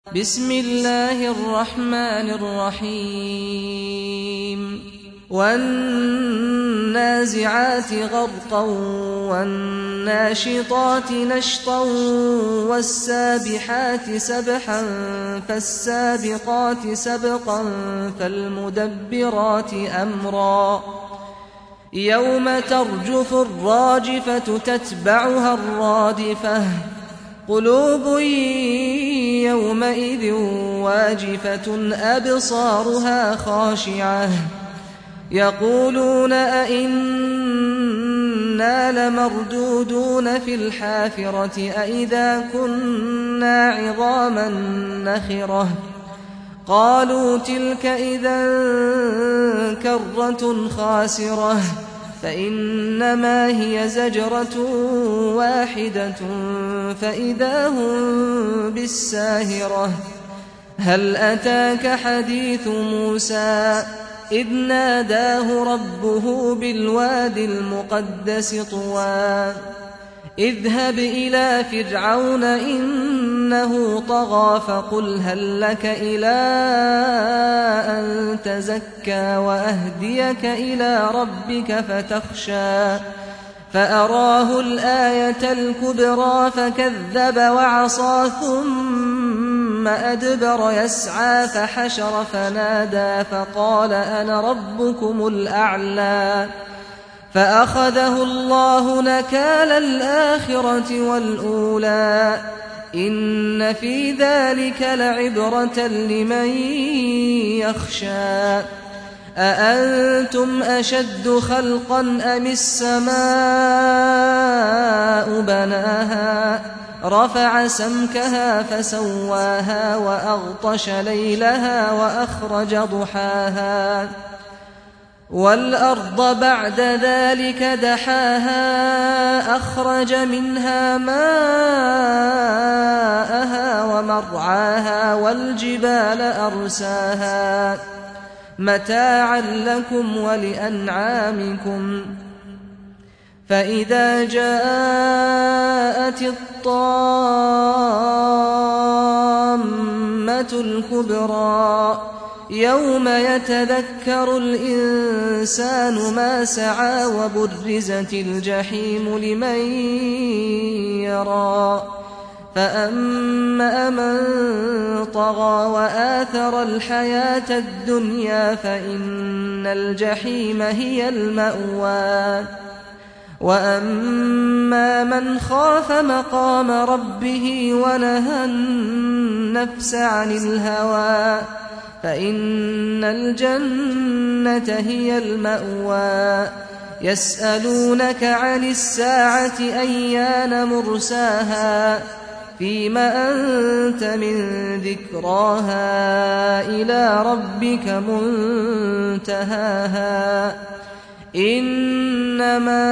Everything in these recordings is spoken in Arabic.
بسم الله الرحمن الرحيم والنازعات غرقا والناشطات نشطا والسابحات سبحا فالسابقات سبقا فالمدبرات أمرا يوم ترجف الراجفة تتبعها الرادفة قلوب يومئذ واجفة أبصارها خاشعة يقولون أئنا لمردودون في الحافرة أئذا كنا عظاما نخرة قالوا تلك إذا كرة خاسرة فإنما هي زجرة واحدة فإذا هم بالساهرة هل أتاك حديث موسى إذ ناداه ربه بالواد المقدس طوى اذهب إلى فرعون إنه طغى فقل هل لك إلى أن تزكى وأهديك إلى ربك فتخشى فأراه الآية الكبرى فكذب وعصى ثم أدبر يسعى فحشر فنادى فقال أنا ربكم الأعلى فأخذه الله نكال الآخرة والأولى إن في ذلك لعبرة لمن يخشى أأنتم أشد خلقا أم السماء بناها رفع سمكها فسواها وأغطش ليلها وأخرج ضحاها والأرض بعد ذلك دحاها أخرج منها ماءها ومرعاها والجبال أرساها متاعا لكم ولأنعامكم فإذا جاءت الطامة الكبرى يوم يتذكر الإنسان ما سعى وبرزت الجحيم لمن يرى فأما من طغى وآثر الحياة الدنيا فإن الجحيم هي المأوى وأما من خاف مقام ربه ونهى النفس عن الهوى فإن الجنة هي المأوى يسألونك عن الساعة أيان مرساها فيم أنت من ذكراها إلى ربك منتهاها إنما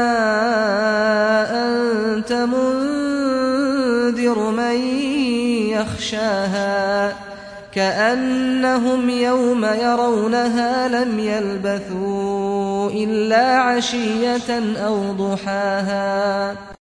أنت منذر من يخشاها كأنهم يوم يرونها لم يلبثوا إلا عشية أو ضحاها